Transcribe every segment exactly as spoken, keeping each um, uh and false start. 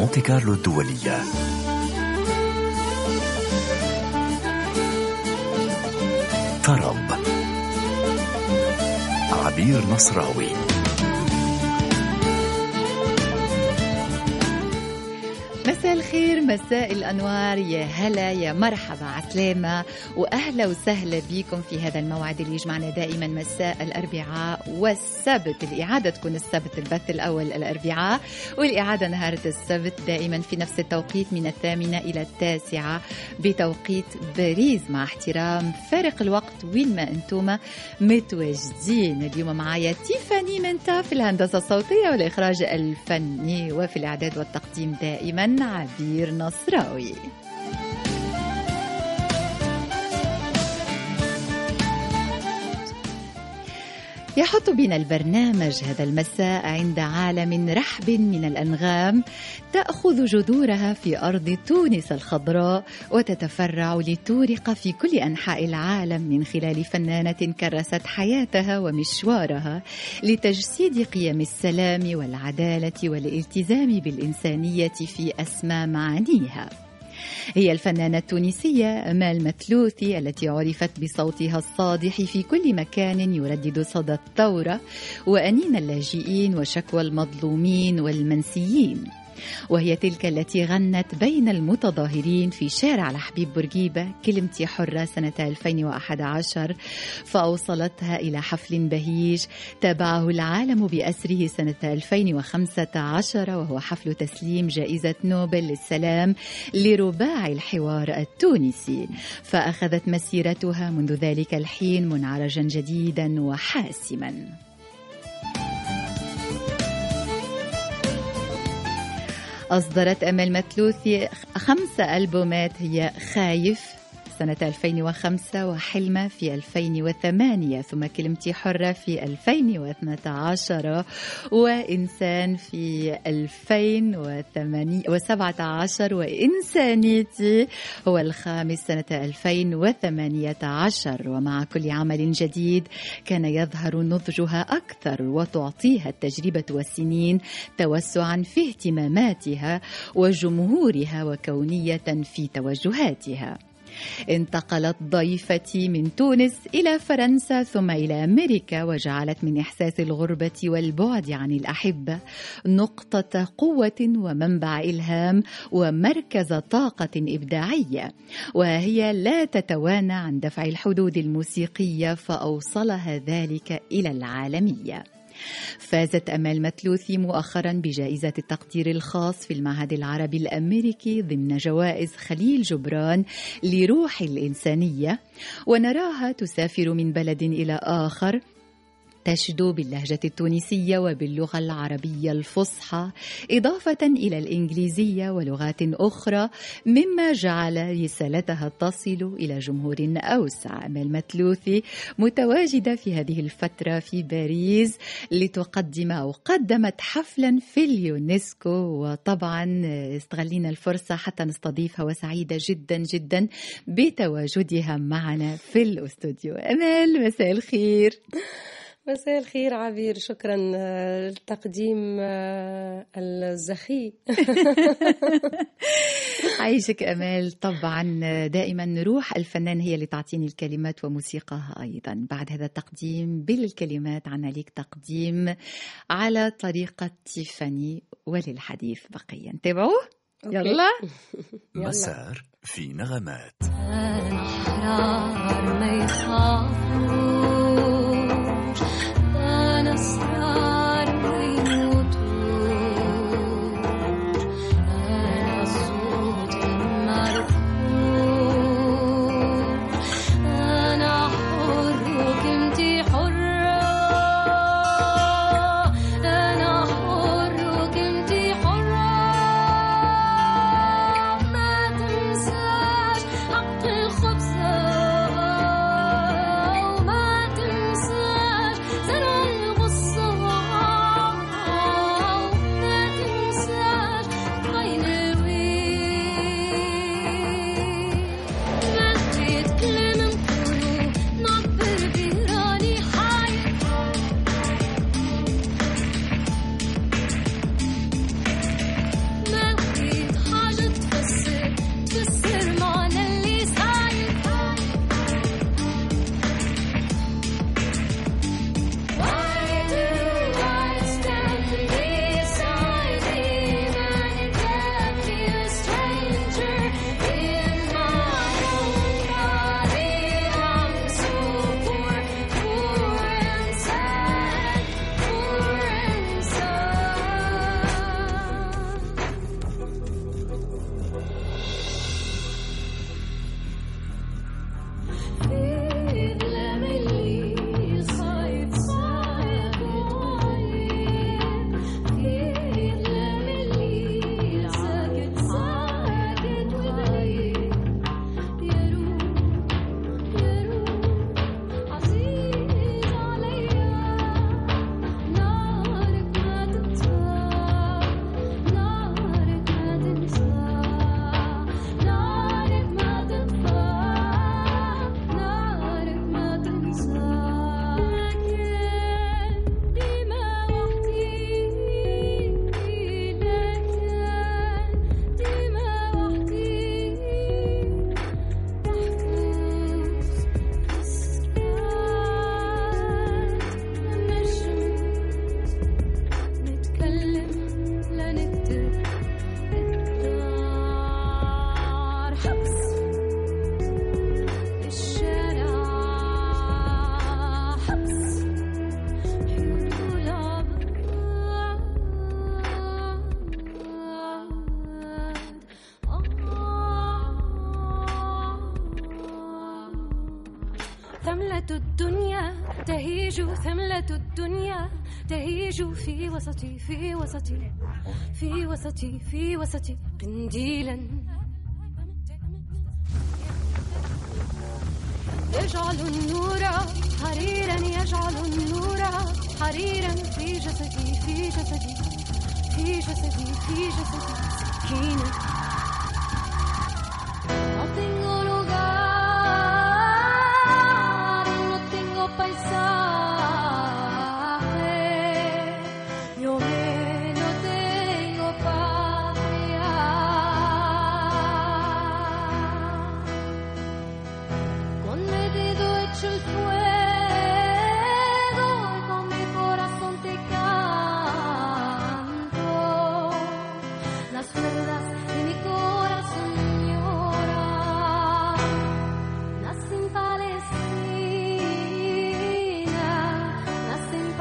مونتي كارلو الدولية. طرب عبير نصراوي. مساء الخير، مساء الأنوار، يا هلا يا مرحبا عسلامة وأهلا وسهلا بكم في هذا الموعد اللي يجمعنا دائما مساء الأربعاء والسبت. الإعادة تكون السبت، البث الأول الأربعاء والإعادة نهار السبت، دائما في نفس التوقيت من الثامنة إلى التاسعة بتوقيت باريس. مع احترام فارق الوقت وين ما أنتم متواجدين. اليوم معايا تيفاني منتا في الهندسة الصوتية والإخراج الفني، وفي الإعداد والتقديم دائما عبير نصراوي. يحط بنا البرنامج هذا المساء عند عالم رحب من الأنغام تأخذ جذورها في أرض تونس الخضراء وتتفرع لتورق في كل أنحاء العالم من خلال فنانة كرست حياتها ومشوارها لتجسيد قيم السلام والعدالة والالتزام بالإنسانية في أسمى معانيها. هي الفنانة التونسية أمال متلوثي، التي عرفت بصوتها الصادح في كل مكان يردد صدى الثورة وأنين اللاجئين وشكوى المظلومين والمنسيين. وهي تلك التي غنت بين المتظاهرين في شارع الحبيب بورقيبة كلمتي حرة سنة ألفين وأحد عشر، فأوصلتها إلى حفل بهيج تابعه العالم بأسره سنة ألفين وخمسة عشر، وهو حفل تسليم جائزة نوبل للسلام لرباعي الحوار التونسي. فأخذت مسيرتها منذ ذلك الحين منعرجا جديدا وحاسما. أصدرت أمال متلوثي خمسة ألبومات، هي خايف سنة ألفين وخمسة، وحلمة في ألفين وثمانية، ثم كلمتي حرة في ألفين واثني عشر، وإنسان في ألفين وسبعة عشر، وإنسانيتي هو الخامس سنة ألفين وثمانية عشر. ومع كل عمل جديد كان يظهر نضجها أكثر وتعطيها التجربة والسنين توسعا في اهتماماتها وجمهورها وكونية في توجهاتها. انتقلت ضيفتي من تونس إلى فرنسا ثم إلى أمريكا، وجعلت من إحساس الغربة والبعد عن الأحبة نقطة قوة ومنبع إلهام ومركز طاقة إبداعية، وهي لا تتوانى عن دفع الحدود الموسيقية فأوصلها ذلك إلى العالمية. فازت أمال متلوثي مؤخرا بجائزة التقدير الخاص في المعهد العربي الأمريكي ضمن جوائز خليل جبران لروح الإنسانية، ونراها تسافر من بلد إلى آخر تشدو باللهجة التونسية وباللغة العربية الفصحى إضافة إلى الإنجليزية ولغات أخرى، مما جعل رسالتها تصل إلى جمهور أوسع. أمال متلوثي متواجدة في هذه الفترة في باريس لتقدم أو قدمت حفلا في اليونسكو، وطبعا استغلينا الفرصة حتى نستضيفها، وسعيدة جدا جدا بتواجدها معنا في الأستوديو. أمال مساء الخير. مساء الخير عبير، شكرا للتقديم الزخي. عايشك أمال. طبعا دائما روح الفنان هي اللي تعطيني الكلمات وموسيقاها أيضا. بعد هذا التقديم بالكلمات عنا ليك تقديم على طريقة تيفاني، وللحديث بقية. نتابعوه. يلا. مسار في نغمات. ثملة الدنيا تهيج ثملة الدنيا تهيج في وسطي في وسطي في وسطي في وسطي قنديلا يجعل النور حريرا يجعل النور حريرا في جسدي في جسدي في جسدي في جسدي سكينة. No tengo lugar, no tengo paisaje, yo me no tengo patria. Con mi dedo hecho el fuego y con mi corazón te canto las cuerdas de mi corazón. Nací en Palestina, nací en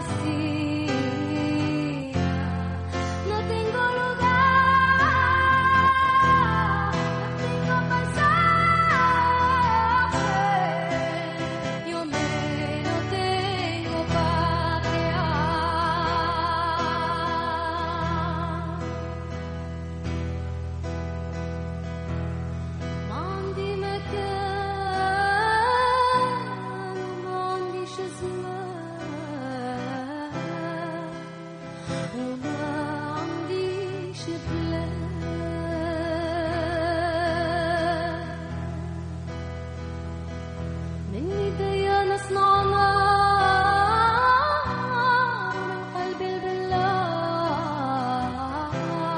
Palestina. No tengo lugar, no tengo paisaje, yo me no tengo patria. Mandi مكان وما عنديش زمان وما عنديش بلاد من ايديا نصنع نار من قلبي البلاد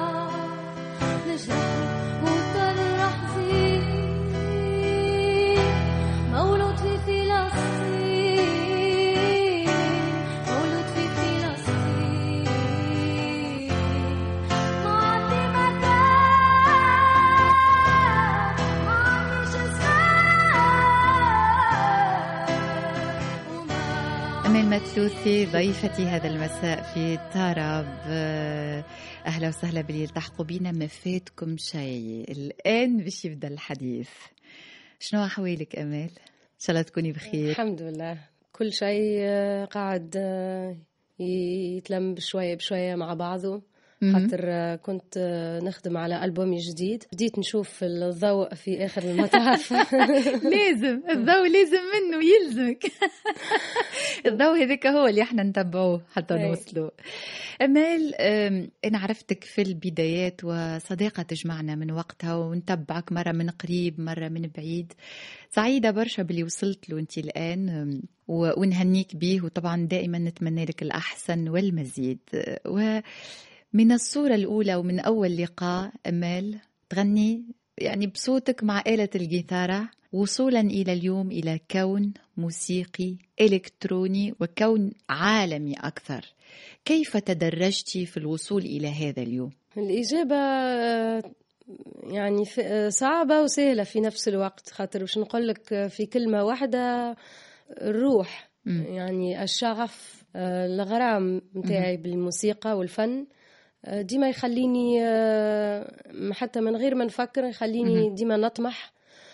نجرح وكرح زين مولود في فلسطين مولود في فلسطين ما عندي مكان ما عنديش زمان أمال متلوثي ضيفتي هذا المساء في طرب. أهلا وسهلا باللي التحقوا بينا. ما فاتكم شيء الآن باش يبدأ الحديث. شنو أحوالك أمال؟ إن شاء الله تكوني بخير. الحمد لله كل شيء آه، قاعد آه، يتلم بشوية بشوية مع بعضه. خاطر آه، كنت آه، نخدم على ألبومي جديد، بديت نشوف الضوء في آخر المطاف. لازم الضوء لازم منه يلزمك. الضوء هذاك هو اللي احنا نتبعوه حتى أي. نوصله. أمال أم، أنا عرفتك في البدايات وصديقة تجمعنا من وقتها ونتبعك مرة من قريب مرة من بعيد. سعيدة برشا باللي وصلت له أنت الآن أم، و- ونهنيك بيه، وطبعا دائما نتمنى لك الأحسن والمزيد. ومن الصورة الأولى ومن أول لقاء أمال تغني يعني بصوتك مع آلة الجيتارة، وصولا إلى اليوم إلى كون موسيقي إلكتروني وكون عالمي أكثر. كيف تدرجتي في الوصول إلى هذا اليوم؟ الإجابة آه، يعني ف- آه، صعبة وسهلة في نفس الوقت. خاطر باش نقول لك في كلمة واحدة، الروح. يعني الشغف، آه، الغرام متاعي بالموسيقى والفن آه، ديما يخليني آه، حتى من غير ما نفكر يخليني ديما نطمح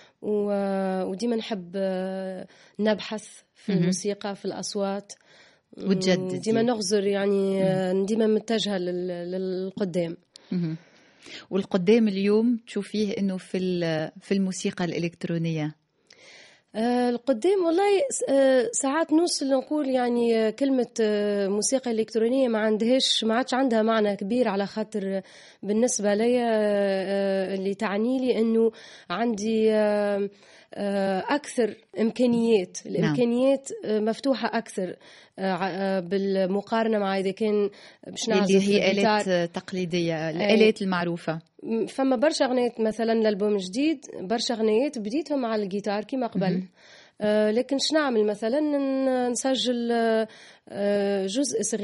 و- وديما نحب آه، نبحث في الموسيقى في الأصوات وتجددي. ديما نغزر يعني آه، ديما متجهة لل- للقدام. مهم. والقدام اليوم تشوفيه إنه في ال- في الموسيقى الإلكترونية. آه، القدام والله س- آه، ساعات نوصل نقول يعني آه، كلمة آه، موسيقى إلكترونية ما عندهاش ما عادش عندها معنى كبير، على خاطر آه، بالنسبة لي آه، آه، اللي تعني لي أنه عندي آه، آه، أكثر إمكانيات. الإمكانيات آه، مفتوحة أكثر آه، ع- آه، بالمقارنة مع إذا كان باش نعزف اللي هي الجيتار. آلات تقليدية، الآلات المعروفة. فما برشا أغنيات مثلا الألبوم جديد، برشا أغنيات بديتهم على الجيتار كما قبل. آه لكن شنعمل مثلا ن- نسجل آه، آه، جزء صغير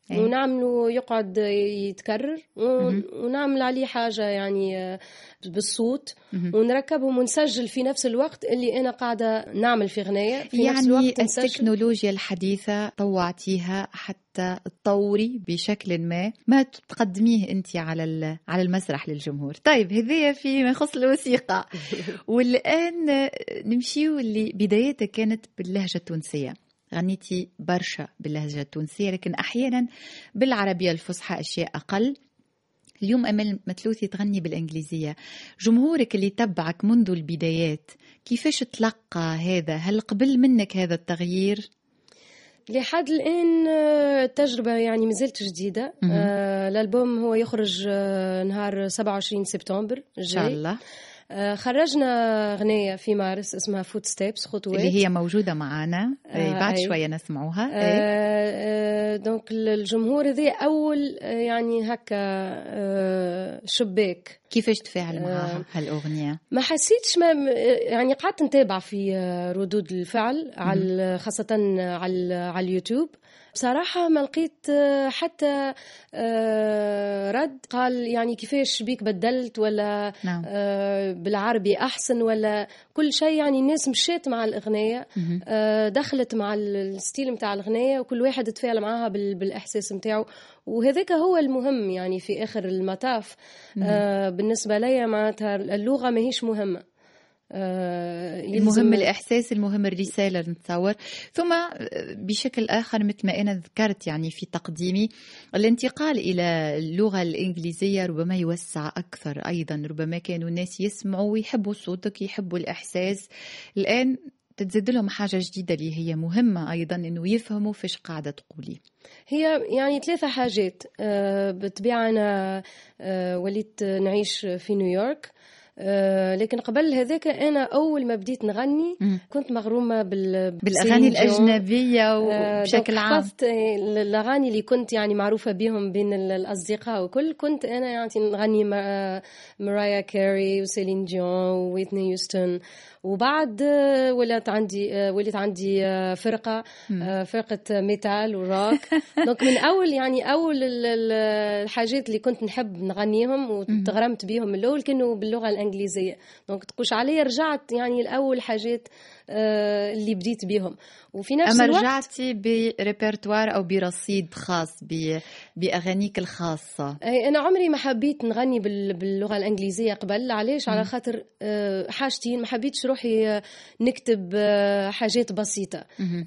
أي. ونعمله يقعد يتكرر ونعمل عليه حاجة يعني بالصوت ونركبهم ونسجل في نفس الوقت اللي أنا قاعدة نعمل في غناية في يعني نفس الوقت التكنولوجيا الحديثة طوعتيها حتى تطوري بشكل ما ما تقدميه أنت على على المسرح للجمهور. طيب هذه فيما يخص الوثيقة. والآن نمشيو اللي بدايتها كانت باللهجة التونسية، غنيتي برشا باللهجة التونسية لكن أحيانا بالعربية الفصحى أشياء أقل. اليوم أمل متلوثي تغني بالإنجليزية، جمهورك اللي تبعك منذ البدايات كيفاش تلقى هذا؟ هل قبل منك هذا التغيير؟ لحد الآن التجربة يعني مازالت جديدة. آه الألبوم هو يخرج آه نهار سبعة وعشرين سبتمبر الجاي إن شاء الله. آه خرجنا غنية في مارس اسمها فوت ستيبس، خطوات، اللي هي موجودة معنا آه بعد أي. شوية نسمعوها. آه آه دونك الجمهور ذي أول آه يعني هكا آه شباك. كيفاش تفاعل معها آه هالأغنية؟ ما حسيتش، ما يعني قعدت نتابع في ردود الفعل على خاصة على على اليوتيوب. بصراحة ما لقيت حتى رد قال يعني كيفاش بيك بدلت ولا نعم. بالعربي أحسن ولا كل شيء. يعني الناس مشيت مع الأغنية، دخلت مع الستيل متاع الأغنية وكل واحد تفاعل معها بالإحساس متاعه، وهذاك هو المهم يعني في آخر المطاف. بالنسبة لي معناتها اللغة ما هيش مهمة، آه المهم الإحساس، المهم الرسالة نتصور. ثم بشكل آخر مثل ما أنا ذكرت يعني في تقديمي الانتقال إلى اللغة الإنجليزية ربما يوسع أكثر أيضا، ربما كانوا الناس يسمعوا ويحبوا صوتك يحبوا الإحساس. الآن تتزد لهم حاجة جديدة اللي هي مهمة أيضا إنه يفهموا فيش قاعدة تقولي. هي يعني ثلاثة حاجات. آه بالطبيعة أنا آه وليت نعيش في نيويورك، آه لكن قبل هذاك أنا أول ما بديت نغني م. كنت مغرومة بال... بالأغاني الأجنبية وبشكل عام. حفظت الأغاني اللي كنت يعني معروفة بهم بين الأصدقاء وكل، كنت أنا يعني نغني مرايا كاري وسيلين ديون وويتني يوستن. وبعد ولات عندي وليت عندي فرقة م. فرقة ميتال وروك. دونك من أول يعني أول الحاجات اللي كنت نحب نغنيهم وتغرمت بيهم من الأول كانوا باللغة الإنجليزية. دونك تقولش علي رجعت يعني الأول حاجات اللي بديت بيهم. وفي نفس أما الوقت رجعتي بريبرتوار أو برصيد خاص بأغانيك الخاصة. أنا عمري ما حبيت نغني باللغة الإنجليزية قبل. علاش؟ على خاطر حاجتين، ما حبيتش روحي نكتب حاجات بسيطة.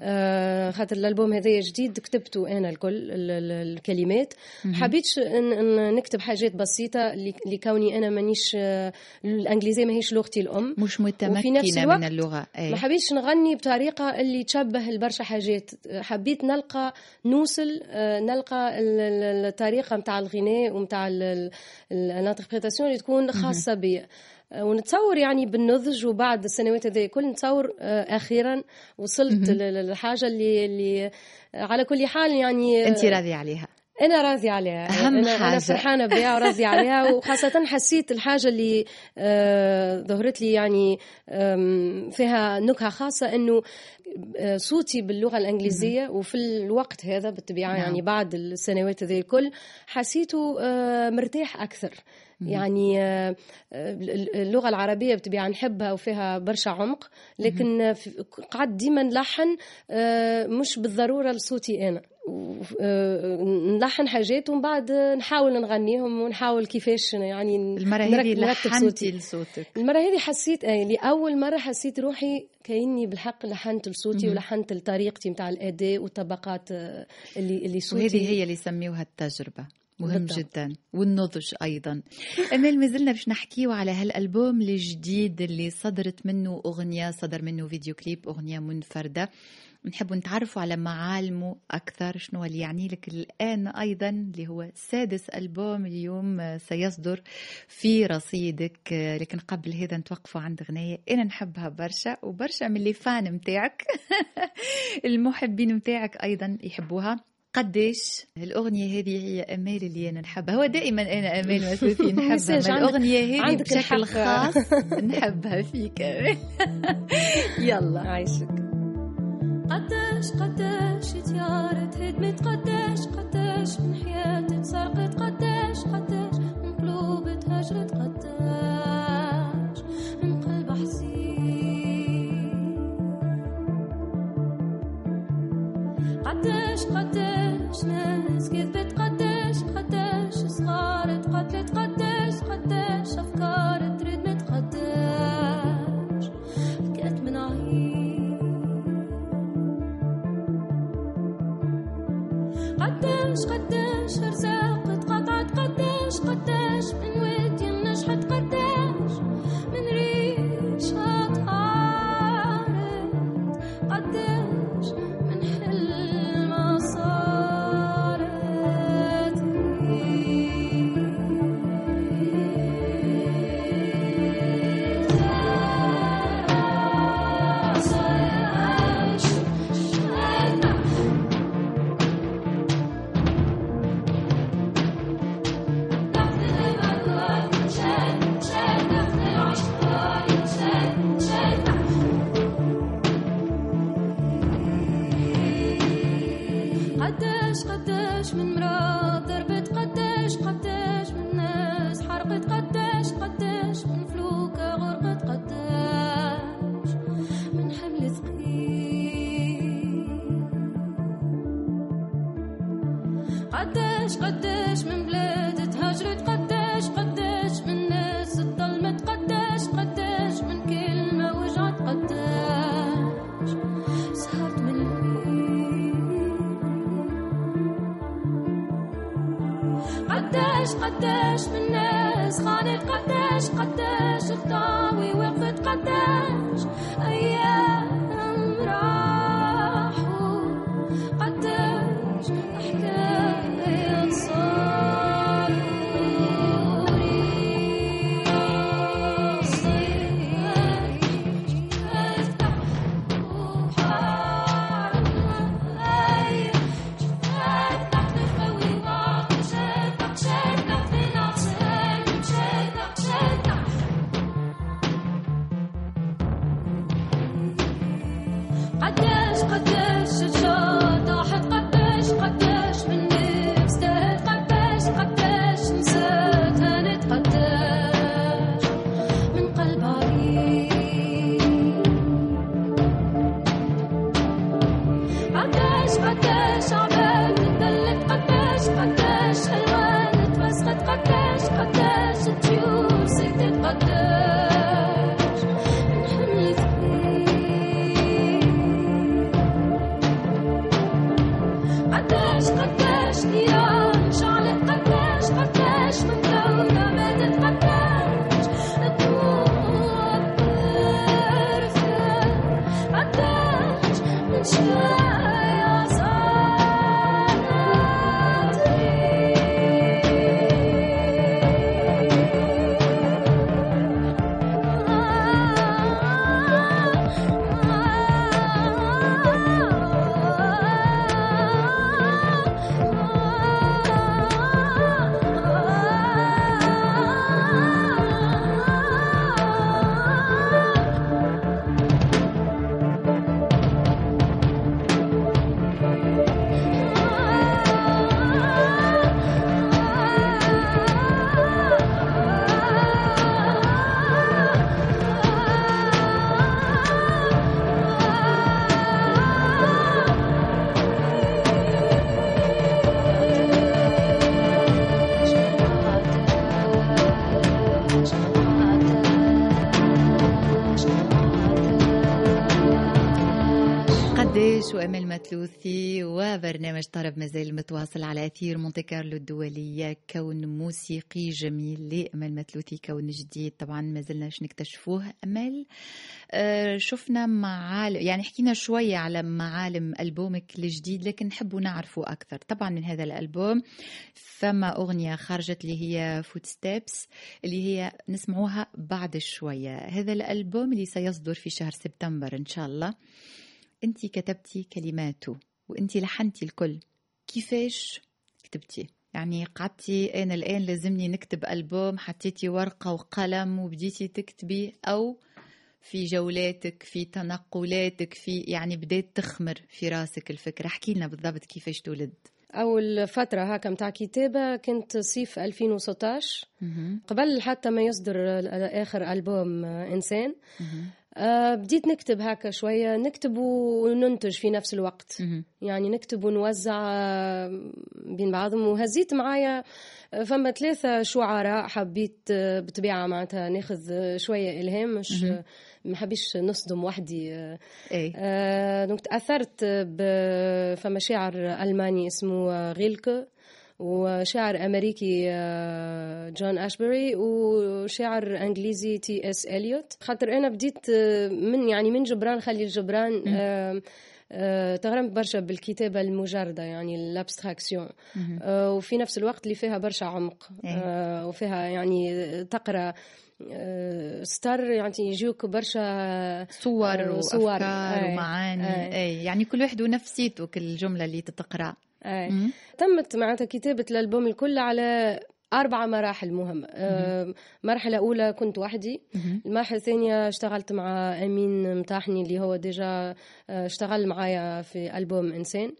خاطر الألبوم هذا جديد كتبته أنا الكل الكلمات، حبيتش نكتب حاجات بسيطة لكوني أنا مانيش الإنجليزية ما هيش لغتي الأم، مش متمكنة من اللغة. ما حبيتش نغني بطريقة اللي تشبه البرشا حاجات. حبيت نلقى نوصل نلقى الطريقة متاع الغناء ومتاع الانتربريتاسيون اللي تكون خاصة بي. ونتصور يعني بالنضج وبعد السنوات هذه كل نتصور أخيرا وصلت للحاجة اللي, اللي على كل حال يعني أنت راضية عليها. أنا راضية عليها. أهم أنا حاجة. أنا فرحانة بها وراضية عليها. وخاصة حسيت الحاجة اللي آه ظهرت لي يعني فيها نكهة خاصة إنه صوتي باللغة الإنجليزية وفي الوقت هذا بالطبيعة نعم. يعني بعد السنوات هذه الكل حسيته آه مرتاح أكثر. يعني اللغة العربية بطبيعة نحبها وفيها برشا عمق، لكن قعد ديما نلحن مش بالضرورة لصوتي أنا، نلحن حاجات ومن بعد نحاول نغنيهم ونحاول كيفاش يعني المرة هذه لحنتي لصوتك. المرة هذه حسيت أي لأول مرة حسيت روحي كأني بالحق لحنت لصوتي ولحنت لطريقتي متاع الأداء والطبقات اللي اللي صوتي. وهذه هي اللي يسميوها التجربة، مهم بالضبط. جدا، والنضج أيضا. أمال ما زلنا باش نحكيو على هالألبوم الجديد اللي صدرت منه أغنية، صدر منه فيديو كليب، أغنية منفردة. نحب نتعرفوا على معالمه أكثر، شنو اللي يعني لك الآن أيضا اللي هو سادس ألبوم اليوم سيصدر في رصيدك. لكن قبل هذا نتوقفوا عند غنية أنا نحبها برشا وبرشا من اللي فان متاعك المحبين متاعك أيضا يحبوها. قديش الأغنية هذه هي أمال اللي أنا نحبها. هو دائما أنا أمال مسوفي نحبها، ما الأغنية هذه بشكل خاص نحبها فيك. يلا عايشك. قداش قداش تيارت هدمت قداش قداش من حياتي تسرقت قداش قداش من قلوب تهجرت قداش من قلب حزين قداش قداش ناس كذبت قداش قداش صغار تقتلت قداش قداش أفكار تردمت قداش بكيت من عين قداش قداش أرزاق اتقطعت قداش قداش من ودي نجحت قداش من ريش طارت قداش من حلم صارت قداش قداش من مرأة ضربت قداش قداش من ناس حرقت قداش قداش من فلوكة غرقت قداش من حمل ثقيل قداش قداش من بلاد تهجرت قداش قداش من ناس اتظلمت قداش قداش من كلمة وجعت قداش سهرت من قداش قداش من ناس خانت قداش قداش الطاوي وقفت قداش أيام راحوا قداش حكاية صاروا قداش قداش الشوط طاحت قداش قداش من نفس تهت قداش قداش نسيت هانت قداش من قلب عريق قداش قداش عبال تدلت قداش قداش ألوان تمسخت قداش قداش الطيور سكتت قداش من حمل قداش قداش نيران شعلت قداش قداش من دولة ماتت قداش الدموع برفت قداش من شايع صارت قداش وأمل متلوثي وبرنامج طرب مازال متواصل على أثير مونتي كارلو الدولية. كون موسيقي جميل لأمل متلوثي، كون جديد طبعا ما زلناش نكتشفوه. أمل آه شفنا معالم، يعني حكينا شوية على معالم ألبومك الجديد، لكن نحبوا نعرفوا أكثر. طبعا من هذا الألبوم فما أغنية خرجت اللي هي فوت ستيبس اللي هي نسمعوها بعد شوية. هذا الألبوم اللي سيصدر في شهر سبتمبر إن شاء الله، أنتي كتبتي كلماته وأنتي لحنتي الكل. كيفاش كتبتي؟ يعني قعدتي أنا الآن لازمني نكتب ألبوم، حطيتي ورقة وقلم وبديتي تكتبي، أو في جولاتك، في تنقلاتك، في يعني بدأت تخمر في راسك الفكرة؟ احكي لنا بالضبط كيفاش تولد. أول فترة هكا متاع كتابة كنت صيف ألفين وستة عشر، قبل حتى ما يصدر آخر ألبوم إنسان. أه بديت نكتب هكا شوية، نكتب وننتج في نفس الوقت. يعني نكتب ونوزع بين بعضهم. وهزيت معايا فما ثلاثة شعراء حبيت بطبيعة معناتها ناخذ شوية إلهام، مش ما حبيش نصدم وحدي. ايه. أه دونك تأثرت بفما شاعر ألماني اسمه غيلكه، وشاعر أمريكي جون أشبري، وشاعر أنجليزي تي إس إليوت. خاطر أنا بديت من يعني من جبران خلي الجبران أه أه تغرمت برشا بالكتابة المجردة، يعني الابستراكسيون، أه وفي نفس الوقت اللي فيها برشا عمق، أه وفيها يعني تقرأ ستار يعني يجيوك برشا صور وأفكار ومعاني. أي. أي. يعني كل واحد ونفسيته كل جملة اللي تتقرأ. تمت معناتها كتابة الألبوم الكل على أربع مراحل مهمة. أه مرحلة أولى كنت وحدي. المرحلة الثانية اشتغلت مع أمين متاحني اللي هو ديجا اشتغل معايا في ألبوم إنسان.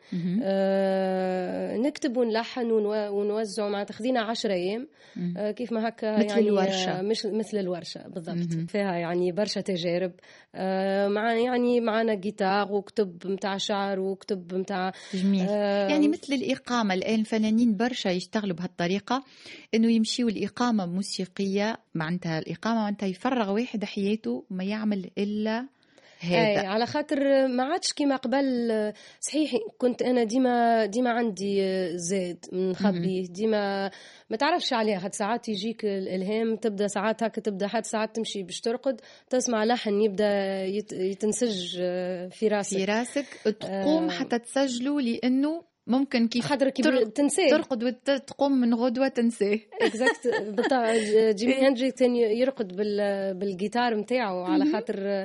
أه نكتب ونلحن ونوزع معناتها خدينا عشر أيام. أه كيف ما هكا مثل يعني الورشة. مش مثل الورشة بالضبط. فيها يعني برشا تجارب. أه مع يعني معنا جيتار وكتب متاع شعر وكتب متاع جميل. أه يعني مثل الإقامة. الآن الفنانين برشا يشتغلوا بهالطريقة، إنه يمشيوا الإقامة موسيقية، معناتها الإقامة معناتها يفرغ واحد حياته ما يعمل إلا هذا. أي على خاطر ما عادش كيما قبل. صحيح كنت أنا ديما ديما عندي زاد نخبيه، ديما ما تعرفش عليها. خاطر ساعات يجيك الإلهام، تبدأ ساعات هكا، تبدأ حتى ساعات تمشي باش ترقد تسمع لحن يبدأ يتنسج في راسك في راسك تقوم آه حتى تسجله، لأنه ممكن كيف خاطر كيف تنساه، ترقد وتقوم من غدوة تنساه. اكزاكت بالطبع. جيمي هندريكس كان يرقد بالجيتار متاعه على خاطر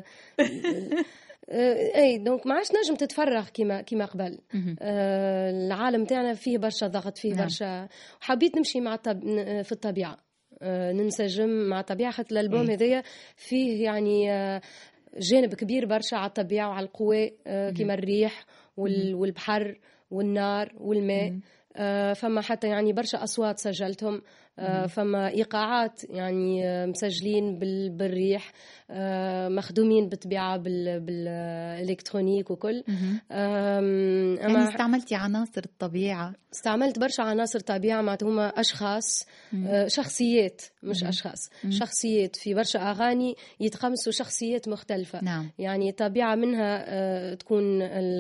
اي. دونك ما عادش نجم تتفرغ كيما كيما قبل. آه العالم تاعنا فيه برشا ضغط، فيه برشا. وحبيت نمشي مع الطب... في الطبيعة، آه ننسجم مع الطبيعة. خاطر الألبوم هذايا فيه يعني آه جانب كبير برشا على الطبيعة وعلى القوى، آه كيما الريح وال... والبحر والنار والماء. آه فما حتى يعني برشا أصوات سجلتهم. آه فما إيقاعات يعني آه مسجلين بال... بالريح، آه مخدومين بالطبيعة بال... بالإلكترونيك وكل. آه يعني استعملتي عناصر الطبيعة؟ استعملت برشا عناصر طبيعة، معناتها هما أشخاص، آه شخصيات مش مم. أشخاص مم. شخصيات في برشا أغاني يتقمصوا شخصيات مختلفة. نعم. يعني طبيعة منها آه تكون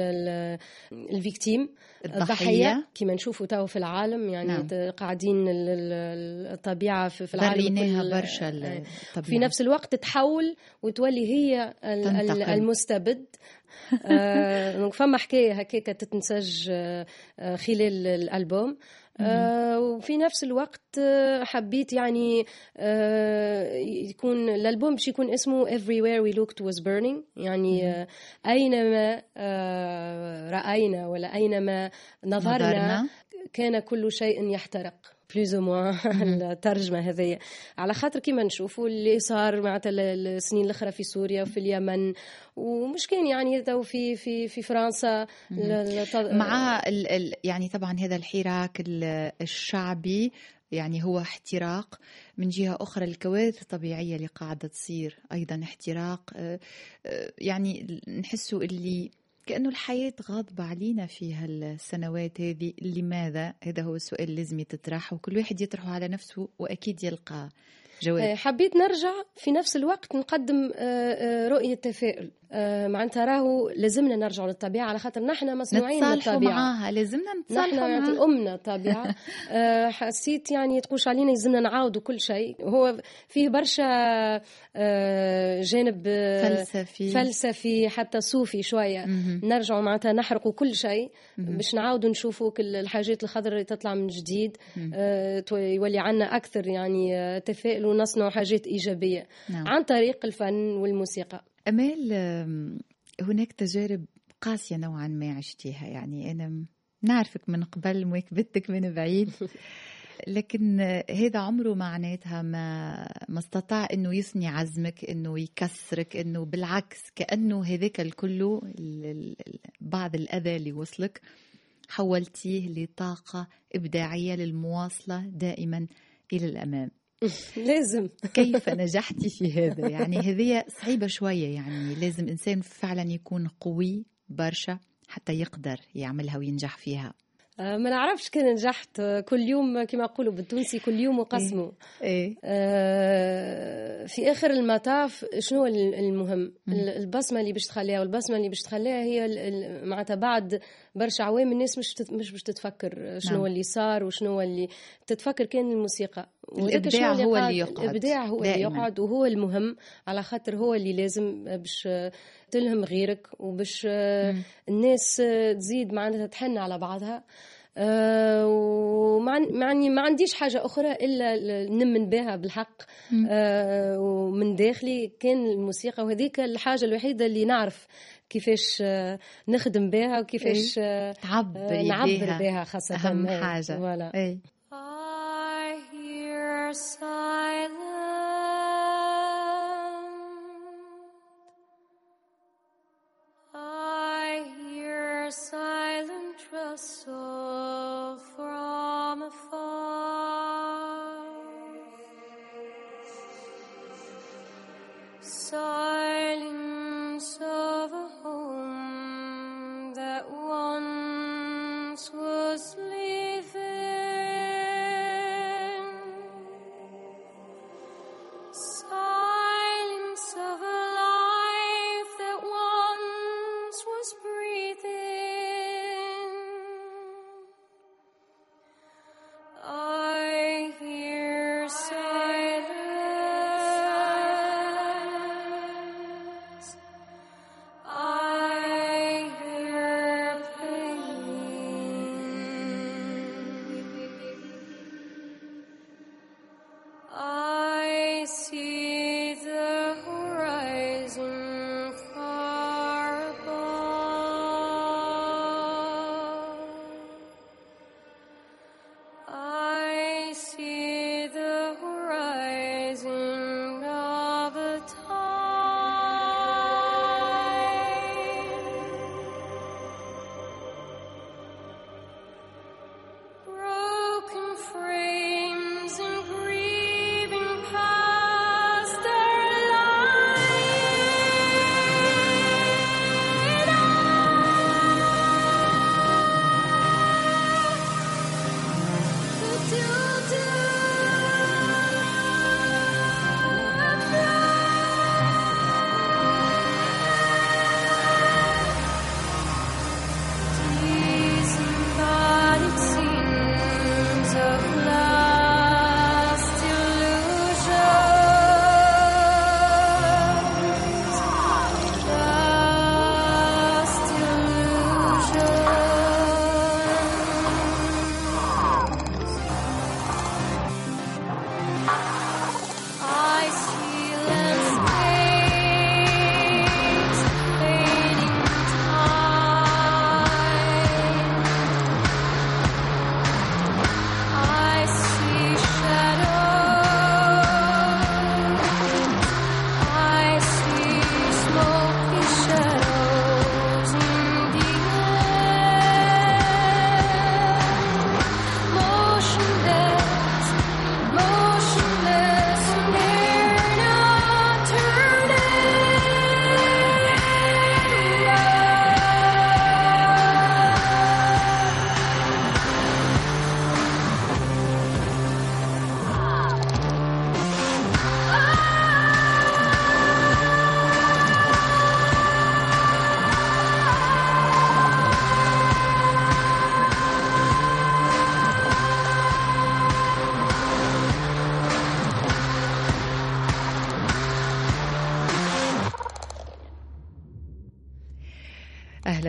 الفيكتيم، الضحية كما نشوفوا تو في العالم. يعني نعم. قاعدين الطبيعة في العالم كل برشا الطبيعة. في نفس الوقت تحول وتولي هي المستبد. آه فما حكاية هكاكة تتنسج آه خلال الألبوم. آه وفي نفس الوقت آه حبيت يعني آه يكون الألبوم باش يكون اسمه Everywhere We Looked Was Burning. يعني آه أينما آه رأينا ولا أينما نظرنا, نظرنا كان كل شيء يحترق. بلوز موا الترجمة هذه على خاطر كيما نشوفوا اللي صار معناتها السنين الأخرى في سوريا وفي اليمن، ومش كان يعني تو في في في فرنسا مع ال ال يعني طبعا هذا الحراك الشعبي يعني هو احتراق. من جهة أخرى الكوارث الطبيعية اللي قاعدة تصير أيضا احتراق. يعني نحسوا اللي كأنه الحياة غاضبة علينا في هالسنوات هذه. لماذا؟ هذا هو السؤال اللي لازم يتطرح، وكل واحد يطرحه على نفسه وأكيد يلقى جواب. حبيت نرجع في نفس الوقت نقدم رؤية تفاؤل. معناتها راهو لازمنا نرجع للطبيعة على خاطر نحن مصنوعين للطبيعة، معاها لازمنا نتصالحوا معاها. نحن أمنا طبيعة. حسيت يعني تقوش علينا لازمنا نعاودوا كل شيء. هو فيه برشا جانب فلسفي فلسفي حتى صوفي شوية. نرجعوا معناتها نحرقوا كل شيء باش نعاودوا نشوفوا كل الحاجات الخضر اللي تطلع من جديد. يولي عنا أكثر يعني تفاؤل ونصنع حاجات إيجابية. نعم. عن طريق الفن والموسيقى. أمال هناك تجارب قاسية نوعا ما عشتيها. يعني أنا نعرفك من قبل مواكبتك من بعيد. لكن هذا عمره معناتها ما ما استطاع انه يثني عزمك، انه يكسرك، انه بالعكس كأنه هذاك الكله بعض الأذى اللي وصلك حولتيه لطاقة إبداعية للمواصلة دائما إلى الأمام. لازم. كيف نجحتي في هذا؟ يعني هذه صعيبة شوية، يعني لازم إنسان فعلا يكون قوي برشا حتى يقدر يعملها وينجح فيها. ما نعرفش كان نجحت. كل يوم كما يقولوا بالتونسي كل يوم وقسمه. إيه؟ آه في آخر المطاف شنو المهم؟ البصمة اللي باش تخليها، والبصمة اللي باش تخليها هي معناتها بعد برشا عوام الناس مش مش باش تتفكر شنو نعم. اللي صار وشنو اللي تتفكر. كان الموسيقى الإبداع اللي هو اللي يقعد. الإبداع هو دائما. اللي يقعد وهو المهم، على خاطر هو اللي لازم باش تلهم غيرك وباش مم. الناس تزيد معناتها تحن على بعضها. أه ومعني ما عنديش حاجة أخرى إلا نمن بها بالحق. أه ومن داخلي كان الموسيقى، وهذيك الحاجة الوحيدة اللي نعرف كيفاش نخدم بها وكيفاش أه تعبر نعبر بها، خاصة أهم حاجة. ولا. أي. I hear silence. Silent rustle from afar, silence of a home that once was living, silence of a life that once was breathing.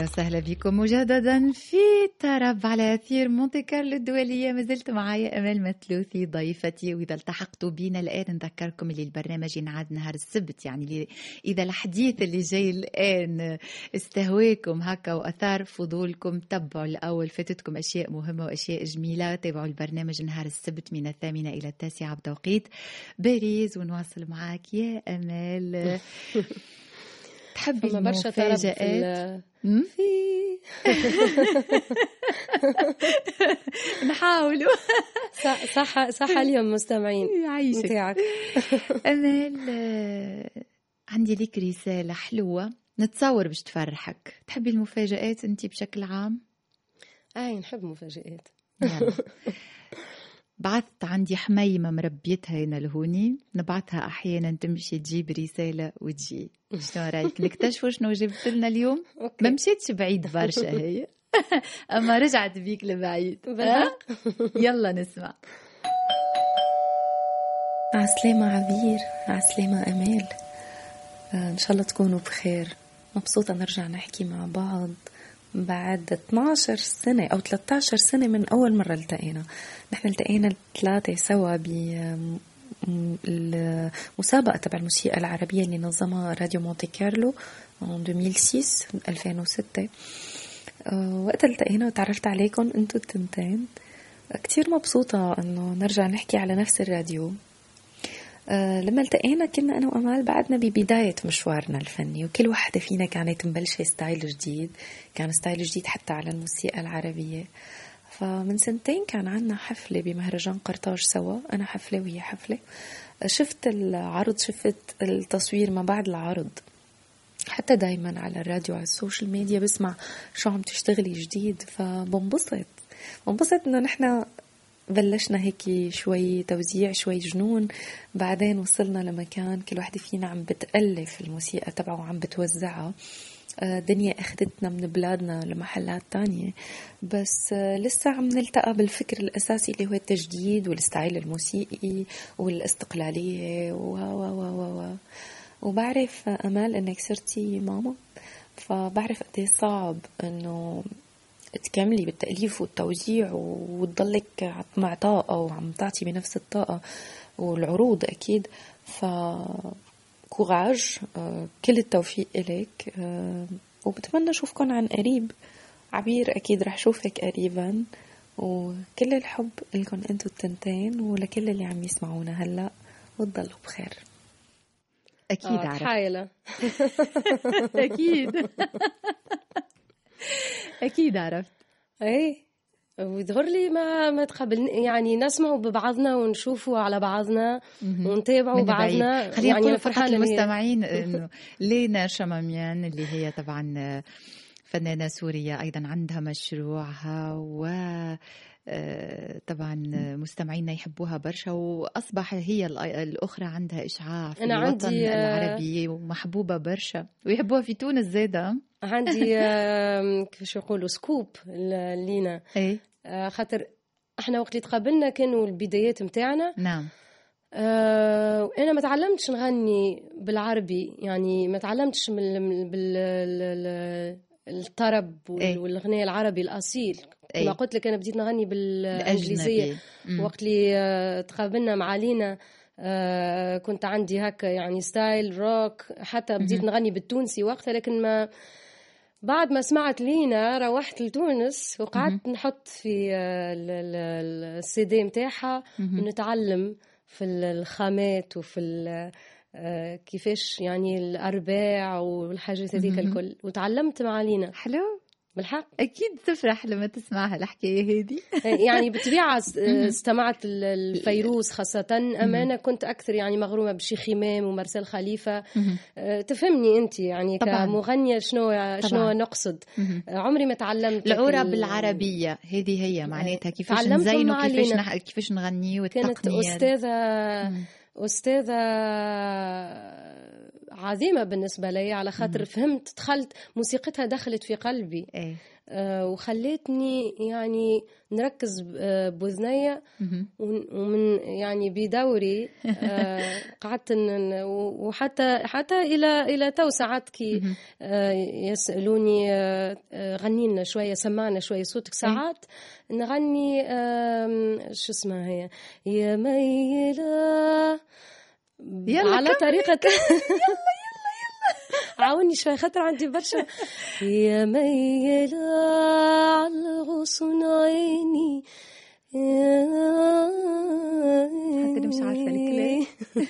وسهلا بكم مجددا في طرب على أثير مونتي كارلو الدولية. ما زلت معايا أمال متلوثي ضيفتي، وإذا التحقتوا بينا الآن نذكركم اللي البرنامج ينعاد نهار السبت، يعني إذا الحديث اللي جاي الآن استهواكم هكا وأثار فضولكم تبعوا الأول، فاتتكم أشياء مهمة وأشياء جميلة، تابعوا البرنامج نهار السبت من الثامنة إلى التاسعة بتوقيت باريس، ونواصل معاك يا أمال. تحبي المفاجآت؟ في نحاولوا. صح صح اليوم مستمعين يعيشك. أمال عندي لك رسالة حلوة نتصور باش تفرحك. تحبي المفاجآت أنتي بشكل عام؟ أي نحب مفاجآت. بعثت عندي حميمة مربيتها هنا لهوني، نبعثها أحيانا تمشي تجيب رسالة وتجي. شنو رأيك نكتشفوا شنو جبت لنا اليوم؟ ما مشيتش بعيد برشا هي أما رجعت بيك لبعيد. يلا نسمع. عسلامة عبير، عسلامة أمال، آه إن شاء الله تكونوا بخير. مبسوطة نرجع نحكي مع بعض بعد اثنا عشر سنة أو ثلاثة عشر سنة من أول مرة التقينا. نحن التقينا الثلاثة سوا بالمسابقة تبع الموسيقى العربية اللي نظمها راديو مونتي كارلو ألفين وستة. وقت التقينا وتعرفت عليكم انتو التنتين. كتير مبسوطة انه نرجع نحكي على نفس الراديو. أه لما التقينا كنا أنا وأمال بعدنا ببداية مشوارنا الفني، وكل واحدة فينا كانت مبلشة ستايل جديد، كان ستايل جديد حتى على الموسيقى العربية. فمن سنتين كان عنا حفلة بمهرجان قرطاج سوا، أنا حفلة وهي حفلة. شفت العرض، شفت التصوير ما بعد العرض، حتى دايما على الراديو على السوشيال ميديا بسمع شو عم تشتغلي جديد، فبنبسط بنبسط إنه نحنا بلشنا هيك شوي توزيع شوي جنون، بعدين وصلنا لمكان كل واحدة فينا عم بتألف الموسيقى تبعه وعم بتوزعها. دنيا أخذتنا من بلادنا لمحلات تانية، بس لسه عم نلتقى بالفكر الأساسي اللي هو التجديد والستايل الموسيقي والاستقلالية و و و و وبعرف أمال إنك صرتي ماما، فبعرف قد صعب إنه تكملي بالتأليف والتوزيع وتضلك مع طاقة وعم تعطي بنفس الطاقة والعروض أكيد. فكوراج، كل التوفيق إليك، وبتمنى أشوفكم عن قريب. عبير أكيد رح شوفك قريبا، وكل الحب لكم أنتوا التنتين ولكل اللي عم يسمعونا هلأ، وتضلوا بخير. أكيد آه عارف حايلة. أكيد أكيد عرفت. إيه ويظهر لي ما ما تقبل يعني نسمعوا ببعضنا ونشوفوا على بعضنا ونتابعوا بعضنا. خلينا نقول فقط المستمعين إنه لينا شماميان اللي هي طبعا فنانة سورية أيضا عندها مشروعها، و طبعا مستمعينا يحبوها برشا، وأصبح هي الأخرى عندها إشعاع في أنا الوطن عندي العربي ومحبوبة برشا ويحبوها في تونس زادة. عندي كيفاش يقولوا سكوب لينا، ايه خاطر احنا وقت اللي تقابلنا كانوا البدايات متاعنا. نعم. آه انا ما تعلمتش نغني بالعربي، يعني ما تعلمتش من بالطرب والغناء العربي الاصيل. أي. ما قلت لك انا بديت نغني بالانجليزيه وقت اللي تقابلنا مع لينا. آه كنت عندي هكا يعني ستايل روك، حتى بديت نغني بالتونسي وقتها، لكن ما بعد ما سمعت لينا روحت لتونس وقعدت نحط في السي دي متاعها ونتعلم في الخامات وفي كيفاش يعني الأرباع والحاجات هذيك الكل، وتعلمت مع لينا. حلو بالحق. أكيد تفرح لما تسمعها الحكاية هذه. يعني بالطبيعة استمعت الفيروز خاصة، أما أنا كنت أكثر يعني مغرومة بشيخ إمام ومرسل خليفة. تفهمني أنت يعني طبعاً. كمغنية شنو شنو نقصد. عمري ما تعلمت العورة بالعربية، هذه هي معناتها كيفاش نزينه كيفاش نح... كيفاش نغنيه والتقنية. كانت أستاذة مم. أستاذة عظيمة بالنسبة لي، على خاطر فهمت دخلت موسيقتها دخلت في قلبي. إيه. آه وخلتني يعني نركز بوذنية، ومن يعني بدوري آه قعدت وحتى حتى إلى إلى تو ساعات كي آه يسألوني آه غني لنا شوية، سمعنا شوية صوتك، ساعات نغني آه شو اسمها هي يا ميلة على طريقة عاوني شوي خاطر عندي برشا. يا ميلة على غصن عيني حتى مش عارفة الكلام.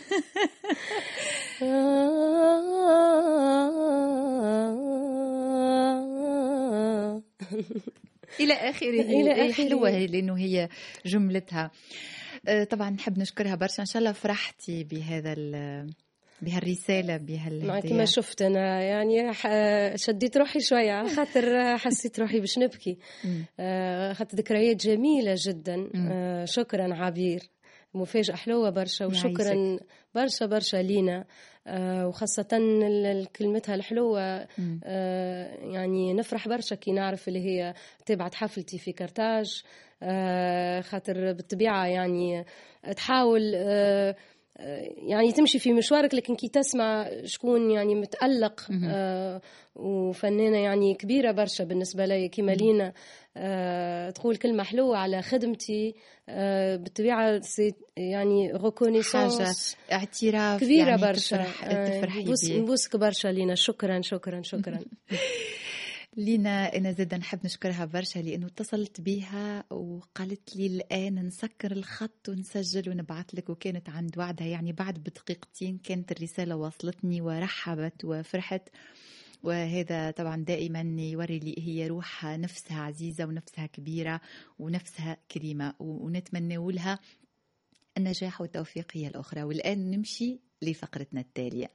إلى آخره. إلى آخره. حلوة لأنه هي جملتها. طبعا نحب نشكرها برشا، إن شاء الله فرحتي بهذا بهالرسالة بهالهدية. كما شفت أنا يعني شديت روحي شوية خاطر حسيت روحي باش نبكي، خاطر ذكريات جميلة جدا. شكرا عبير، مفاجأة حلوة برشا، وشكرا برشا برشا لينا، وخاصة كلمتها الحلوة. يعني نفرح برشا كي نعرف اللي هي تبعت حفلتي في كرتاج، خاطر بالطبيعة يعني تحاول يعني تمشي في مشوارك، لكن كي تسمع شكون يعني متألق آه وفنانة يعني كبيرة برشا بالنسبة لي كيما لينا آه تقول كلمة حلوة على خدمتي، آه بالطبيعة يعني ريكونيسانس، اعتراف كبيرة يعني برشا. تفرحي بوس بيه. نبوسك برشا لينا، شكرا شكرا شكرا. لينا أنا زادا نحب نشكرها برشا لأنه اتصلت بيها وقالت لي الآن نسكر الخط ونسجل ونبعث لك، وكانت عند وعدها يعني بعد بدقيقتين كانت الرسالة وصلتني ورحبت وفرحت. وهذا طبعا دائما يوري لي هي روحها نفسها عزيزة ونفسها كبيرة ونفسها كريمة، ونتمنى لها النجاح والتوفيق هي الأخرى. والآن نمشي لفقرتنا التالية،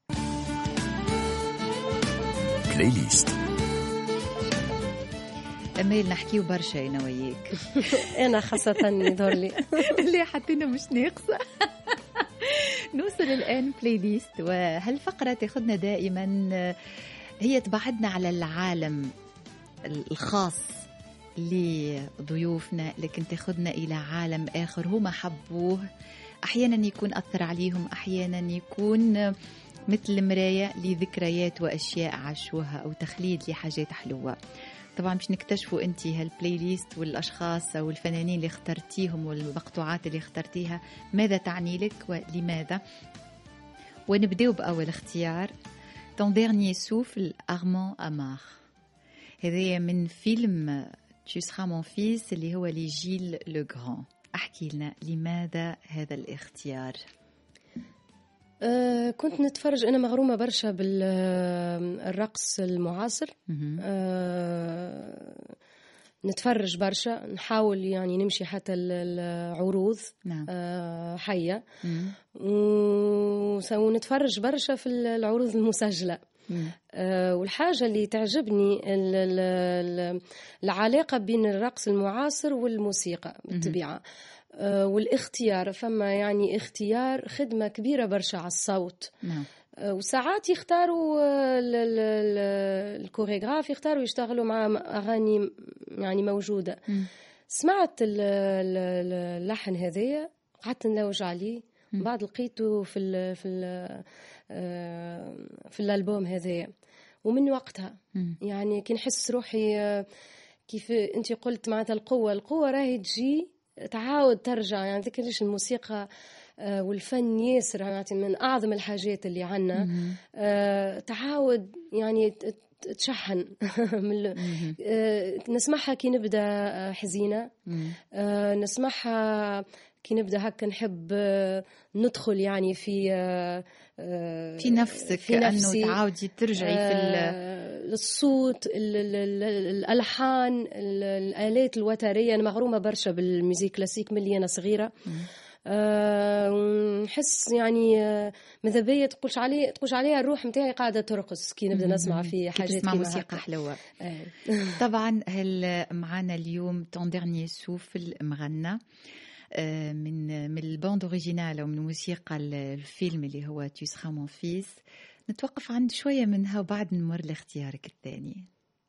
بلاي ليست. أمال نحكيو برشا أنا وياك. أنا خاصة يظهر لي اللي حطينا مش ناقصة. نوصل الآن بلاي ليست، وهالفقرة تاخدنا دائما هي تبعدنا على العالم الخاص لضيوفنا، لكن تاخدنا إلى عالم آخر هما حبوه، أحيانا يكون أثر عليهم، أحيانا يكون مثل مراية لذكريات وأشياء عاشوها أو تخليد لحاجات حلوة. طبعا مش نكتشفوا أنت هالبلاي ليست والأشخاص أو الفنانين اللي اخترتيهم والمقطوعات اللي اخترتيها ماذا تعني لك ولماذا. ونبدأ بأول اختيار، Ton dernier souffle, Armand Amar. هذا من فيلم Tu seras mon fils اللي هو لجيل لو غران. أحكي لنا لماذا هذا الاختيار؟ أه كنت نتفرج، أنا مغرومة برشا بالرقص المعاصر. أه نتفرج برشا، نحاول يعني نمشي حتى العروض نعم. أه حية، ونتفرج برشا في العروض المسجلة. أه والحاجة اللي تعجبني العلاقة بين الرقص المعاصر والموسيقى بالطبيعة. أه والاختيار، فما يعني اختيار خدمة كبيرة برشا على الصوت. نعم. أه وساعات يختاروا الكوريغراف يختاروا يشتغلوا مع أغاني يعني موجودة. م. سمعت اللحن هذايا قعدت نلوج عليه، بعد لقيته في ال في ال في الألبوم هذايا، ومن وقتها م. يعني كي نحس روحي كيف أنت قلت معناتها القوة القوة راهي تجي تعاود ترجع. يعني ذيك ليش الموسيقى والفن ياسر يعني من أعظم الحاجات اللي عنا. تعاود يعني تشحن. نسمعها كي نبدأ حزينة، نسمعها كي نبدأ هكا نحب ندخل يعني في في نفسك، في كأنه تعاودي ترجعي في الصوت، الألحان، الآلات الوترية. أنا مغرومة برشا بالميوزيك كلاسيك ملي أنا صغيرة. أه نحس يعني أه ماذا بيا تقولش عليه تقولش عليها الروح متاعي قاعدة ترقص كي نبدأ نسمع في حاجات تسمع موسيقى حلوة. طبعا هل معنا اليوم Ton dernier souffle مغنى من من الباند اوريجينال او من موسيقى الفيلم اللي هو Tu seras mon fils. نتوقف عند شوية منها وبعد نمر لاختيارك الثاني.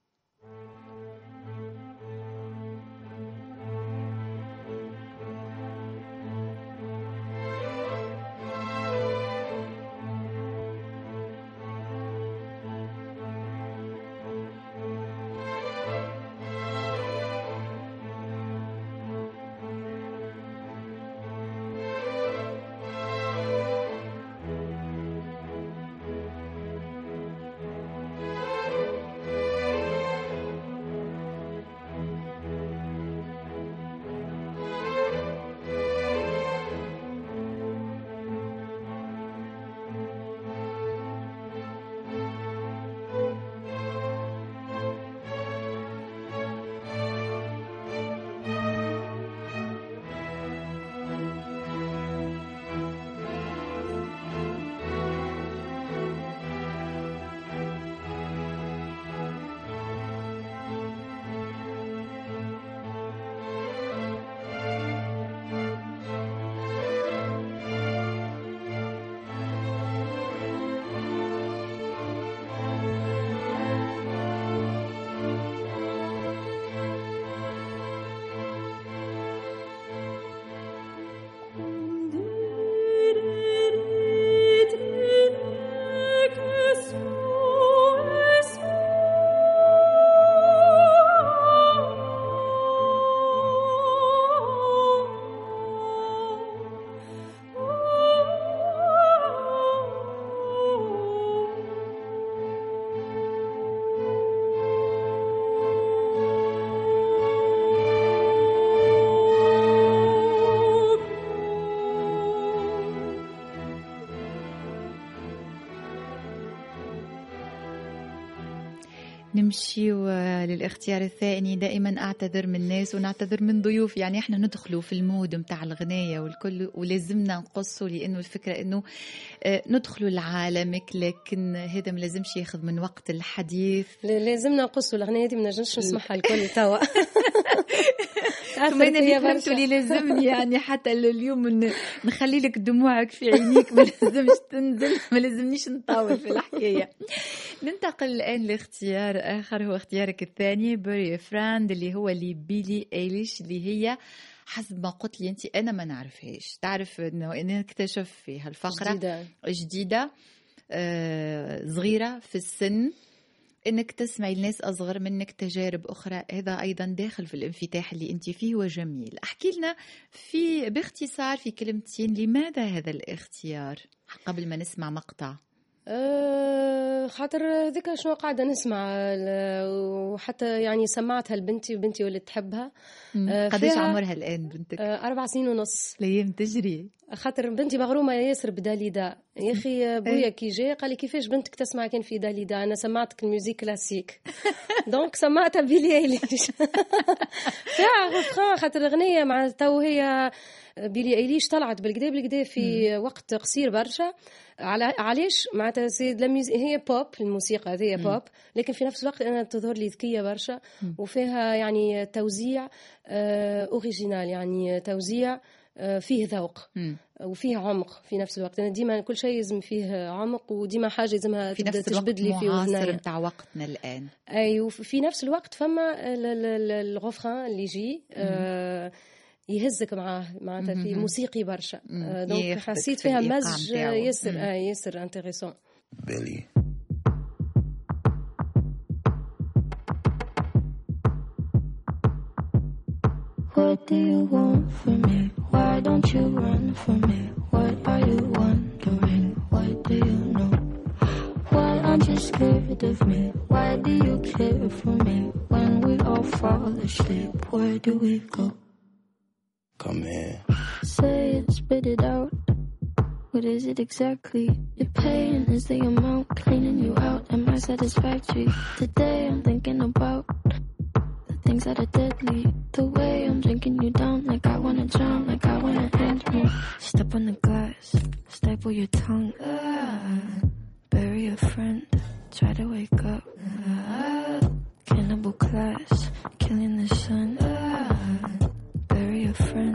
نمشي للاختيار الثاني. دائما أعتذر من الناس ونعتذر من ضيوف، يعني احنا ندخلوا في المود متاع الغناية والكل ولازمنا نقصوا، لأنه الفكرة أنه ندخلوا لعالمك، لكن هذا ما لازمش ياخذ من وقت الحديث. لازمنا نقصوا الغناية دي، ما نجمش نسمعها الكل توا. كمان اللي فهمتوا اللي لازمني يعني حتى اليوم نخلي لك دموعك في عينيك، ما لازمش تنزل، ما لازمنيش نطول في الحكاية. ننتقل الآن لاختيار آخر، هو اختيارك الثاني بوري فريند، اللي هو لبيلي ايليش، اللي هي حسب ما قلت لي أنت أنا ما نعرفهاش. تعرف إنه أنا اكتشف في هالفقرة جديدة, جديدة آه صغيرة في السن، إنك تسمعي الناس أصغر منك تجارب أخرى، هذا أيضا داخل في الانفتاح اللي أنت فيه وجميل. أحكي لنا في باختصار في كلمتين لماذا هذا الاختيار قبل ما نسمع مقطع. أه خاطر ذيك شنو قاعدة نسمع، وحتى يعني سمعتها لبنتي وبنتي ولد تحبها. أه قديش عمرها الآن بنتك؟ أه أربع سنين ونص. الأيام تجري. خاطر بنتي مغرومة ياسر بداليدا. يا أخي بويا كي جاي قال لي كيفاش بنتك تسمع كان في داليدا؟ أنا سمعتك الميوزيك كلاسيك. دونك سمعتها بيلي ايليش. فيها غفران خاطر الأغنية مع تو هي بيلي ايليش طلعت بالكدا بالكدا في وقت قصير برشا. على علاش معناتها سيد هي بوب، الموسيقى هذه بوب، لكن في نفس الوقت أنا تظهر لي ذكية برشا، وفيها يعني توزيع أوريجينال، يعني توزيع فيه ذوق وفيه عمق في نفس الوقت. أنا ديما كل شيء يلزم فيه عمق، وديما حاجة يلزمها تبدأ تجبد لي في معاصر متاع وقتنا الآن. أي وفي نفس الوقت فما الغفران اللي يجي آه يهزك معاه معناتها في موسيقي برشا. آه دونك حسيت فيها مزج ياسر آه ياسر انتريسون. بيلي What do you want from me? Why don't you run from me? What are you wondering? What do you know? Why aren't you scared of me? Why do you care for me? When we all fall asleep, where do we go? Come here. Say it, spit it out. What is it exactly? Your pain is the amount cleaning you out. Am I satisfactory? Today I'm thinking about things that are deadly. The way I'm drinking you down, like I wanna drown, like I wanna end me. Step on the glass, staple your tongue. Ah, bury a friend, try to wake up. Ah, cannibal class, killing the sun. Ah, bury a friend,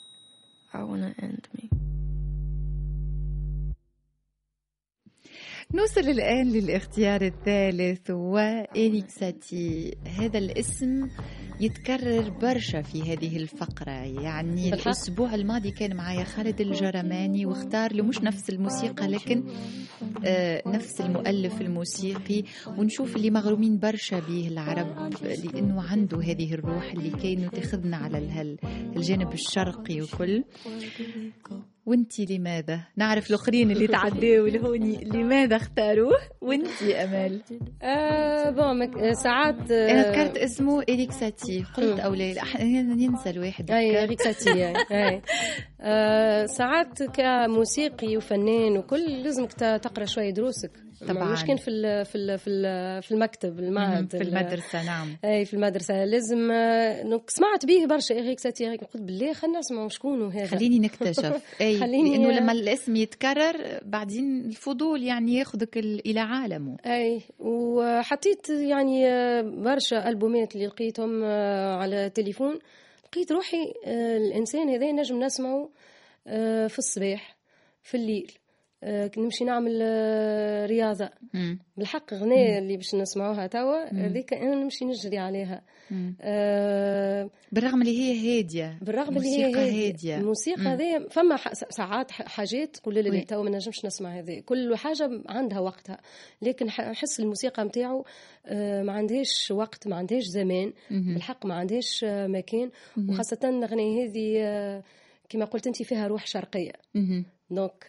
I wanna end me. نوصل الآن للاختيار الثالث وإريك ساتي. هذا الاسم يتكرر برشا في هذه الفقرة، يعني بالحق. الأسبوع الماضي كان معايا خالد الجرماني واختار له مش نفس الموسيقى لكن آه نفس المؤلف الموسيقي، ونشوف اللي مغرومين برشا به العرب لأنه عنده هذه الروح اللي كانوا تاخذنا على الهل الجانب الشرقي وكل. وانتي لماذا؟ نعرف الآخرين اللي تعدوا لهوني لماذا اختاروه، وانتي أمل؟ آه بون ساعات آه أنا ذكرت اسمه إريك ساتي، قلت أولي أحيانا ينسى الواحد. أي إريك ساتي. أي آه ساعات كموسيقي وفنان وكل لازمك تقرأ شوية دروسك طبعا، مش كان في ال في ال في ال في المكتب المعهد في المدرسة. نعم اي في المدرسة لازم. سمعت به برشا إريك ساتي، قلت بالله خلينا نسمع شكون هذا، خليني نكتشف. اي لانه لما الاسم يتكرر بعدين الفضول يعني ياخذك الى عالمه. اي وحطيت يعني برشا البومات اللي لقيتهم على التليفون، لقيت روحي الانسان هذا نجم نسمعه في الصباح في الليل، نمشي نعمل رياضة. مم. بالحق غنية اللي باش نسمعوها توا هذيك أنا نمشي نجري عليها. أه بالرغم اللي هي هادية، بالرغم اللي هي هادية الموسيقى هذه فما ساعات حاجات تقول لي توا ما نجمش نسمع هذه، كل حاجة عندها وقتها، لكن نحس الموسيقى متاعو ما عندهاش وقت، ما عندهاش زمان. مم. بالحق ما عندهاش مكان. مم. وخاصة الغنية هذه كما قلت أنت فيها روح شرقية. مم. دونك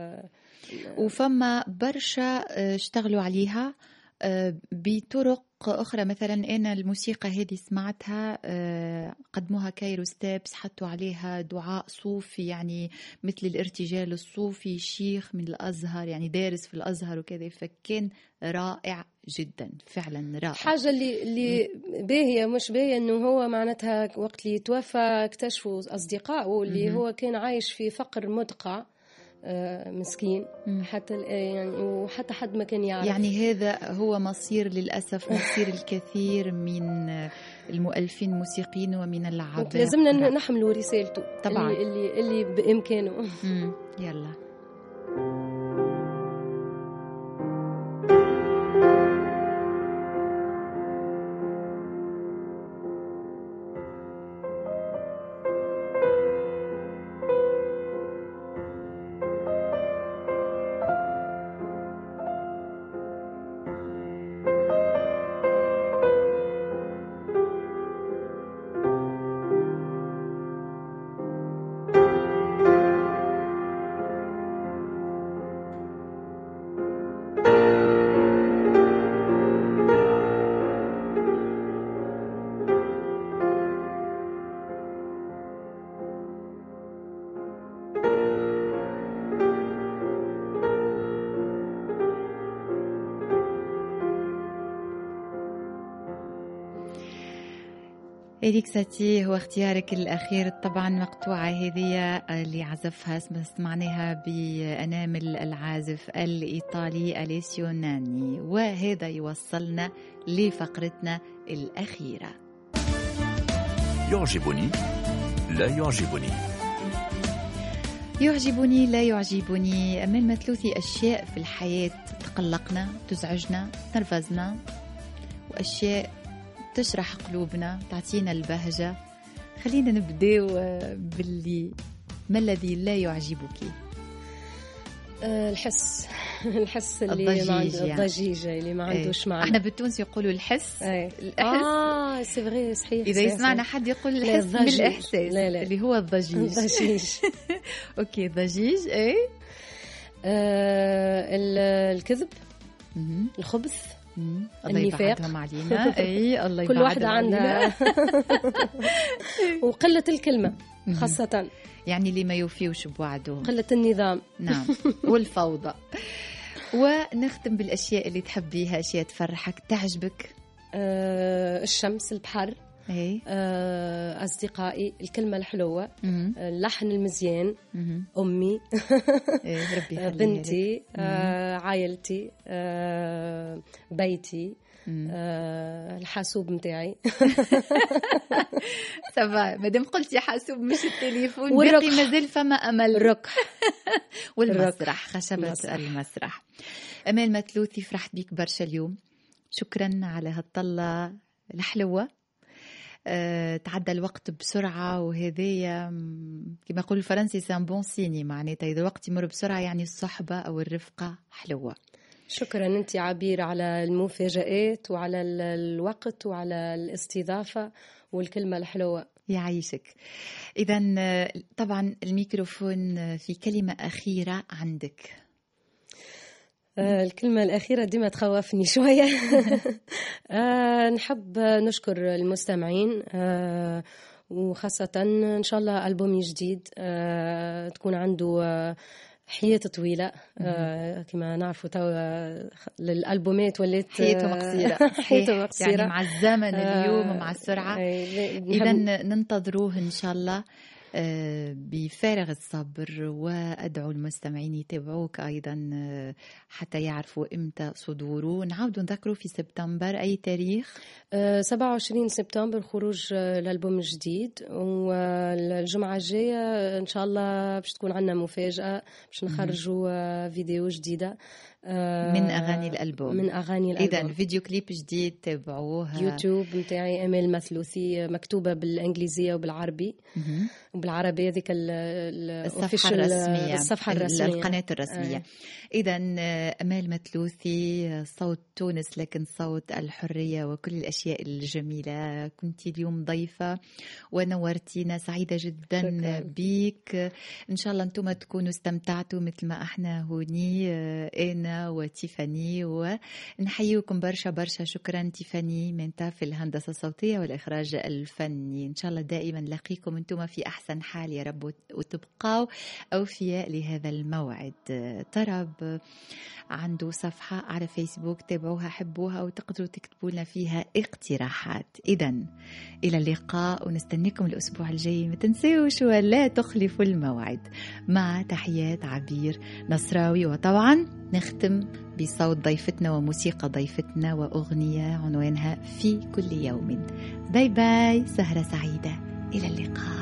وفما برشا اشتغلوا عليها بطرق أخرى. مثلا أنا الموسيقى هذه سمعتها قدموها كايرو ستيبس، حطوا عليها دعاء صوفي يعني مثل الارتجال الصوفي، شيخ من الأزهر يعني دارس في الأزهر وكذا، فكان رائع جدا فعلا رائع. حاجة اللي اللي باهية مش باهية إنه هو معناتها وقت اللي توفى اكتشفوا أصدقائه اللي هو كان عايش في فقر مدقع. آه مسكين. مم. حتى يعني وحتى حد ما كان يعرف. يعني هذا هو مصير للأسف مصير الكثير من المؤلفين الموسيقيين ومن العباقرة. لازمنا نحملوا رسالته طبعا اللي اللي, اللي بإمكانه. مم. يلا إريك ساتي هو اختيارك الأخير. طبعا مقطوعة هذه اللي عزفها سمعناها بأنامل العازف الإيطالي أليسيو ناني، وهذا يوصلنا لفقرتنا الأخيرة. يعجبني لا يعجبني. يعجبني لا يعجبني. أمال مثلوثي أشياء في الحياة تقلقنا، تزعجنا، تنرفزنا، وأشياء تشرح قلوبنا، تعطينا البهجة. خلينا نبدأ باللي ما الذي لا يعجبك؟ أه الحس الحس اللي الضجيج ما عنده يعني. الضجيجة اللي ما عندوش معنى. احنا بالتونس يقولوا الحس. ايه. الإحس. اه سي فري صحيح. إذا يسمعنا حد يقول الحس من الإحساس لا لا. اللي هو الضجيج. الضجيج. اوكي ضجيج. ايه آه الكذب، الخبث، الله يبعدهم علينا. اي الله كل واحدة عندها. وقلة الكلمة خاصة، يعني اللي ما يوفيوش بوعده، قلة النظام. نعم والفوضى. ونختم بالأشياء اللي تحبيها، أشياء تفرحك تعجبك. آه الشمس، البحر، ايه آه أصدقائي، الكلمة الحلوة، مم. اللحن المزيان، مم. أمي، إيه ربي بنتي، آه عائلتي، آه بيتي، آه الحاسوب متاعي. سبا مادام قلتي حاسوب مش التليفون، والركح. باقي مازال فما امل. الركح والمسرح، خشبة المسرح. المسرح. امال متلوثي، فرحت بيك برشا اليوم، شكرا على هالطلة الحلوة. أه، تعدى الوقت بسرعة، وهذايا كما يقول الفرنسي سان بون سيني، معناتها إذا الوقت يمر بسرعة يعني الصحبة أو الرفقة حلوة. شكرا انت عبير على المفاجآت وعلى ال- الوقت وعلى الاستضافة والكلمة الحلوة. يعيشك. إذا طبعا الميكروفون في كلمة أخيرة عندك. آه، الكلمة الأخيرة ديما تخوفني شوية. آه، نحب نشكر المستمعين، آه، وخاصة إن شاء الله ألبومي جديد آه، تكون عنده آه، حياة طويلة. آه، كما نعرفوا توا للألبومات ولات حياته قصيرة. حياته قصيرة يعني مع الزمن اليوم آه، ومع السرعة. أي، إذا نحب- ننتظروه إن شاء الله آه، بفارغ الصبر، وأدعو المستمعين يتابعوك أيضا آه، حتى يعرفوا إمتى صدوره. نعاودوا نذكروا في سبتمبر أي تاريخ؟ آه، سبعة وعشرين سبتمبر خروج آه، الألبوم الجديد، والجمعة الجاية إن شاء الله باش تكون عندنا مفاجأة، باش نخرجوا آه، فيديو جديدة آه، من أغاني الألبوم. من أغاني الألبوم. إذا فيديو كليب جديد تابعوه. يوتيوب متاعي أمال مثلوثي، مكتوبة بالإنجليزية وبالعربي مهم. وبالعربية هذيك ال- ال- الصفحة official- الرسمية، الصفحة ال- الرسمية، القناة الرسمية. آه. إذا أمال متلوثي، صوت تونس لكن صوت الحرية وكل الأشياء الجميلة. كنت اليوم ضيفة ونورتينا، سعيدة جدا شكراً. بيك. إن شاء الله أنتم تكونوا استمتعتوا مثل ما احنا هوني، أنا وتيفاني، ونحييكم برشا برشا. شكرا تيفاني منتا في الهندسة الصوتية والإخراج الفني. إن شاء الله دائما نلاقيكم أنتم في أحسن حال يا رب، وتبقوا أوفياء لهذا الموعد. طرب عنده صفحة على فيسبوك، تابعوها حبوها وتقدروا تكتبوا لنا فيها اقتراحات. إذا إلى اللقاء، ونستنيكم الأسبوع الجاي. ما تنسوش ولا تخلفوا الموعد. مع تحيات عبير نصراوي. وطبعا نختم بصوت ضيفتنا وموسيقى ضيفتنا وأغنية عنوانها في كل يوم. باي باي، سهرة سعيدة، إلى اللقاء.